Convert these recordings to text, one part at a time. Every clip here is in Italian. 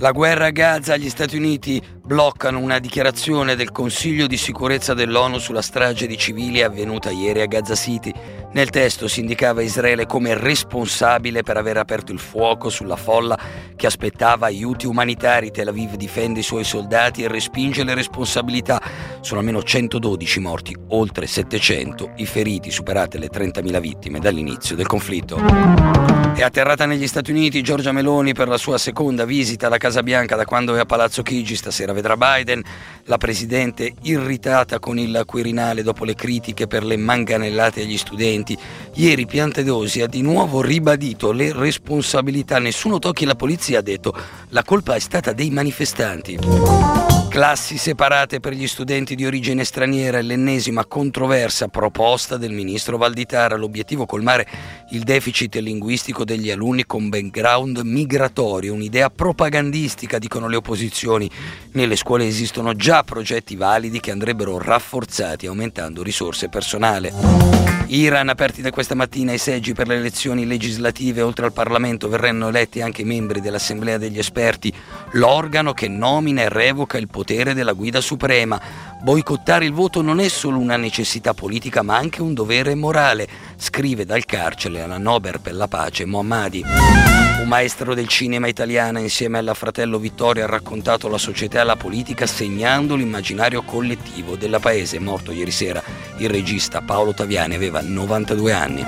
La guerra a Gaza, gli Stati Uniti bloccano una dichiarazione del Consiglio di sicurezza dell'ONU sulla strage di civili avvenuta ieri a Gaza City. Nel testo si indicava Israele come responsabile per aver aperto il fuoco sulla folla che aspettava aiuti umanitari. Tel Aviv difende i suoi soldati e respinge le responsabilità. Sono almeno 112 morti, oltre 700 i feriti, superate le 30.000 vittime dall'inizio del conflitto. È atterrata negli Stati Uniti Giorgia Meloni per la sua seconda visita alla Casa Bianca da quando è a Palazzo Chigi. Stasera vedrà Biden, la presidente irritata con il Quirinale dopo le critiche per le manganellate agli studenti. Ieri Piantedosi ha di nuovo ribadito le responsabilità. Nessuno tocchi la polizia, ha detto. La colpa è stata dei manifestanti. Classi separate per gli studenti di origine straniera è l'ennesima controversa proposta del ministro Valditara. L'obiettivo colmare il deficit linguistico degli alunni con background migratorio, un'idea propagandistica, dicono le opposizioni. Nelle scuole esistono già progetti validi che andrebbero rafforzati aumentando risorse e personale. Iran, aperti da questa mattina i seggi per le elezioni legislative. Oltre al Parlamento verranno eletti anche i membri dell'Assemblea degli esperti, l'organo che nomina e revoca il potere della guida suprema. Boicottare il voto non è solo una necessità politica ma anche un dovere morale, scrive dal carcere la Nobel per la pace Mohammadi. Un maestro del cinema italiano insieme al fratello Vittorio ha raccontato la società e la politica segnando l'immaginario collettivo del paese. È morto ieri sera il regista Paolo Taviani, aveva 92 anni.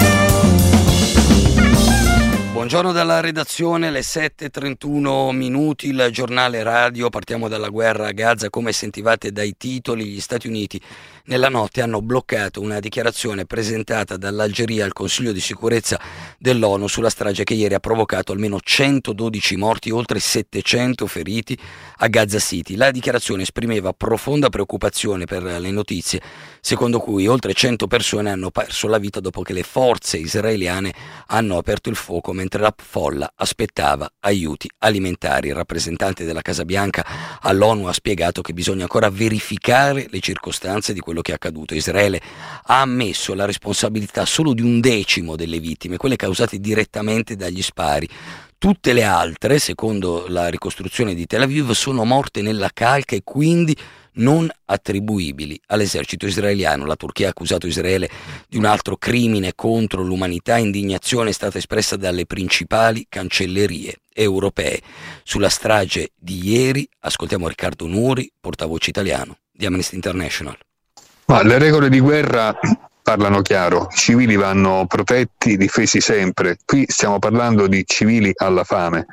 Buongiorno dalla redazione, le 7:31 il giornale radio. Partiamo dalla guerra a Gaza. Come sentivate dai titoli, gli Stati Uniti nella notte hanno bloccato una dichiarazione presentata dall'Algeria al Consiglio di sicurezza dell'ONU sulla strage che ieri ha provocato almeno 112 morti e oltre 700 feriti a Gaza City. La dichiarazione esprimeva profonda preoccupazione per le notizie secondo cui oltre 100 persone hanno perso la vita dopo che le forze israeliane hanno aperto il fuoco mentre la folla aspettava aiuti alimentari. Il rappresentante della Casa Bianca all'ONU ha spiegato che bisogna ancora verificare le circostanze di quello che è accaduto. Israele ha ammesso la responsabilità solo di 1/10 delle vittime, quelle causate direttamente dagli spari. Tutte le altre, secondo la ricostruzione di Tel Aviv, sono morte nella calca e quindi non attribuibili all'esercito israeliano. La Turchia ha accusato Israele di un altro crimine contro l'umanità. Indignazione è stata espressa dalle principali cancellerie europee. Sulla strage di ieri ascoltiamo Riccardo Nuri, portavoce italiano di Amnesty International. Ma le regole di guerra parlano chiaro, i civili vanno protetti, difesi sempre. Qui stiamo parlando di civili alla fame.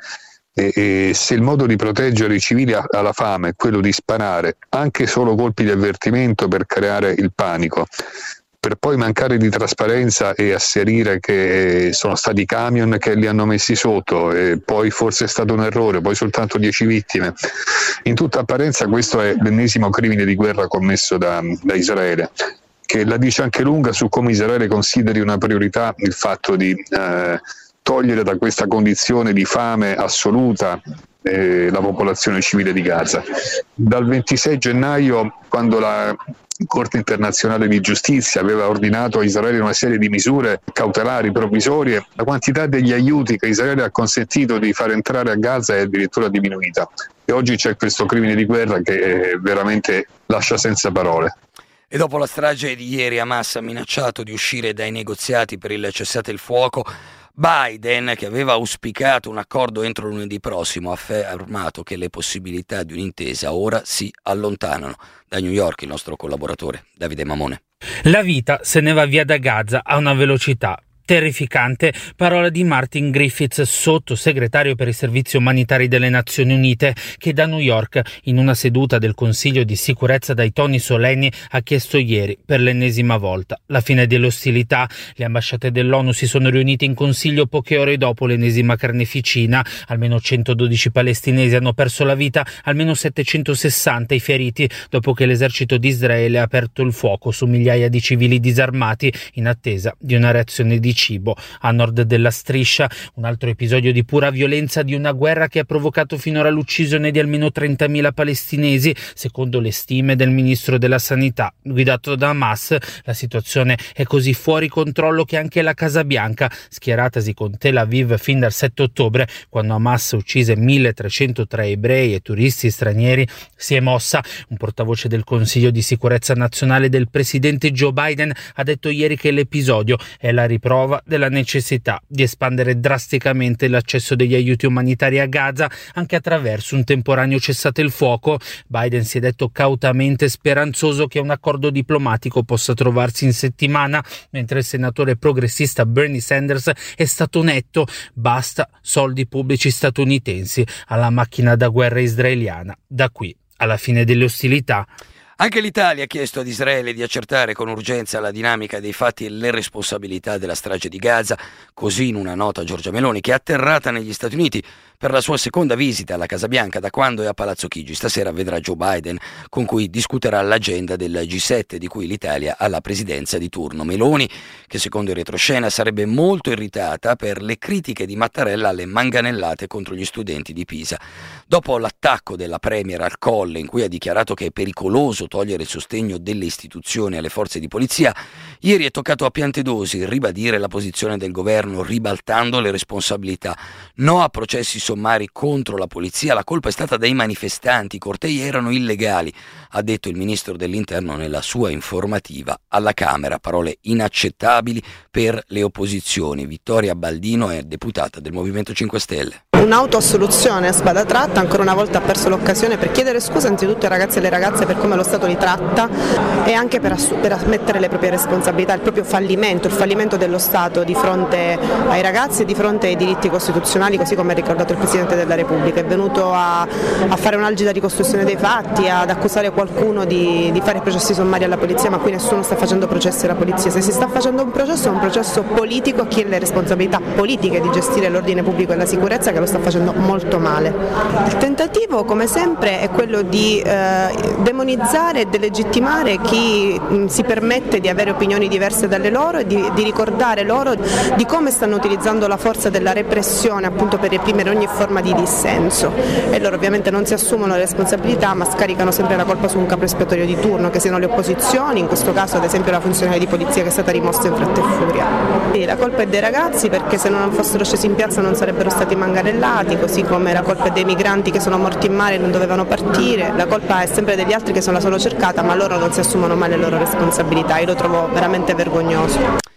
E se il modo di proteggere i civili alla fame è quello di sparare anche solo colpi di avvertimento per creare il panico, per poi mancare di trasparenza e asserire che sono stati i camion che li hanno messi sotto e poi forse è stato un errore, poi soltanto 10 vittime, in tutta apparenza questo è l'ennesimo crimine di guerra commesso da Israele, che la dice anche lunga su come Israele consideri una priorità il fatto di togliere da questa condizione di fame assoluta la popolazione civile di Gaza. Dal 26 gennaio, quando la Corte internazionale di giustizia aveva ordinato a Israele una serie di misure cautelari provvisorie, la quantità degli aiuti che Israele ha consentito di far entrare a Gaza è addirittura diminuita. E oggi c'è questo crimine di guerra che veramente lascia senza parole. E dopo la strage di ieri, Hamas ha minacciato di uscire dai negoziati per il cessate il fuoco. Biden, che aveva auspicato un accordo entro lunedì prossimo, ha affermato che le possibilità di un'intesa ora si allontanano. Da New York il nostro collaboratore Davide Mamone. La vita se ne va via da Gaza a una velocità terrificante, parola di Martin Griffiths, sottosegretario per i servizi umanitari delle Nazioni Unite, che da New York, in una seduta del Consiglio di sicurezza dai toni solenni, ha chiesto ieri per l'ennesima volta la fine delle ostilità. Le ambasciate dell'ONU si sono riunite in Consiglio poche ore dopo l'ennesima carneficina. Almeno 112 palestinesi hanno perso la vita, almeno 760 i feriti dopo che l'esercito di Israele ha aperto il fuoco su migliaia di civili disarmati in attesa di una reazione di cibo a nord della striscia. Un altro episodio di pura violenza di una guerra che ha provocato finora l'uccisione di almeno 30.000 palestinesi, secondo le stime del ministro della Sanità guidato da Hamas. La situazione è così fuori controllo che anche la Casa Bianca, schieratasi con Tel Aviv fin dal 7 ottobre, quando Hamas uccise 1.303 ebrei e turisti stranieri, si è mossa. Un portavoce del Consiglio di sicurezza nazionale del presidente Joe Biden ha detto ieri che l'episodio è la riprova della necessità di espandere drasticamente l'accesso degli aiuti umanitari a Gaza anche attraverso un temporaneo cessate il fuoco. Biden si è detto cautamente speranzoso che un accordo diplomatico possa trovarsi in settimana, mentre il senatore progressista Bernie Sanders è stato netto: basta soldi pubblici statunitensi alla macchina da guerra israeliana da qui alla fine delle ostilità. Anche l'Italia ha chiesto ad Israele di accertare con urgenza la dinamica dei fatti e le responsabilità della strage di Gaza, così in una nota Giorgia Meloni, che è atterrata negli Stati Uniti per la sua seconda visita alla Casa Bianca da quando è a Palazzo Chigi. Stasera vedrà Joe Biden, con cui discuterà l'agenda del G7, di cui l'Italia ha la presidenza di turno. Meloni, che secondo il retroscena sarebbe molto irritata per le critiche di Mattarella alle manganellate contro gli studenti di Pisa. Dopo l'attacco della Premier al Colle, in cui ha dichiarato che è pericoloso togliere il sostegno delle istituzioni alle forze di polizia, ieri è toccato a Piantedosi ribadire la posizione del governo, ribaltando le responsabilità. No a processi sommari contro la polizia, la colpa è stata dei manifestanti, i cortei erano illegali, ha detto il ministro dell'Interno nella sua informativa alla Camera. Parole inaccettabili per le opposizioni. Vittoria Baldino è deputata del Movimento 5 Stelle. Un'autoassoluzione a spada tratta, ancora una volta ha perso l'occasione per chiedere scusa anzitutto ai ragazzi e alle ragazze per come lo Stato li tratta e anche per ammettere le proprie responsabilità, il proprio fallimento, il fallimento dello Stato di fronte ai ragazzi e di fronte ai diritti costituzionali, così come ha ricordato il Presidente della Repubblica. È venuto a fare un'algida ricostruzione dei fatti, ad accusare qualcuno di fare processi sommari alla polizia, ma qui nessuno sta facendo processi alla polizia. Se si sta facendo un processo politico a chi ha le responsabilità politiche di gestire l'ordine pubblico e la sicurezza, che lo sta facendo molto male. Il tentativo, come sempre, è quello di demonizzare e delegittimare chi si permette di avere opinioni diverse dalle loro e di ricordare loro di come stanno utilizzando la forza della repressione appunto per reprimere ogni forma di dissenso. E loro ovviamente non si assumono le responsabilità, ma scaricano sempre la colpa su un capo espiatorio di turno, che siano le opposizioni, in questo caso ad esempio la funzionaria di polizia che è stata rimossa in fretta e furia. E la colpa è dei ragazzi, perché se non fossero scesi in piazza non sarebbero stati manganellati, così come la colpa è dei migranti che sono morti in mare e non dovevano partire. La colpa è sempre degli altri che se la sono cercata, ma loro non si assumono mai le loro responsabilità. Io lo trovo veramente vergognoso.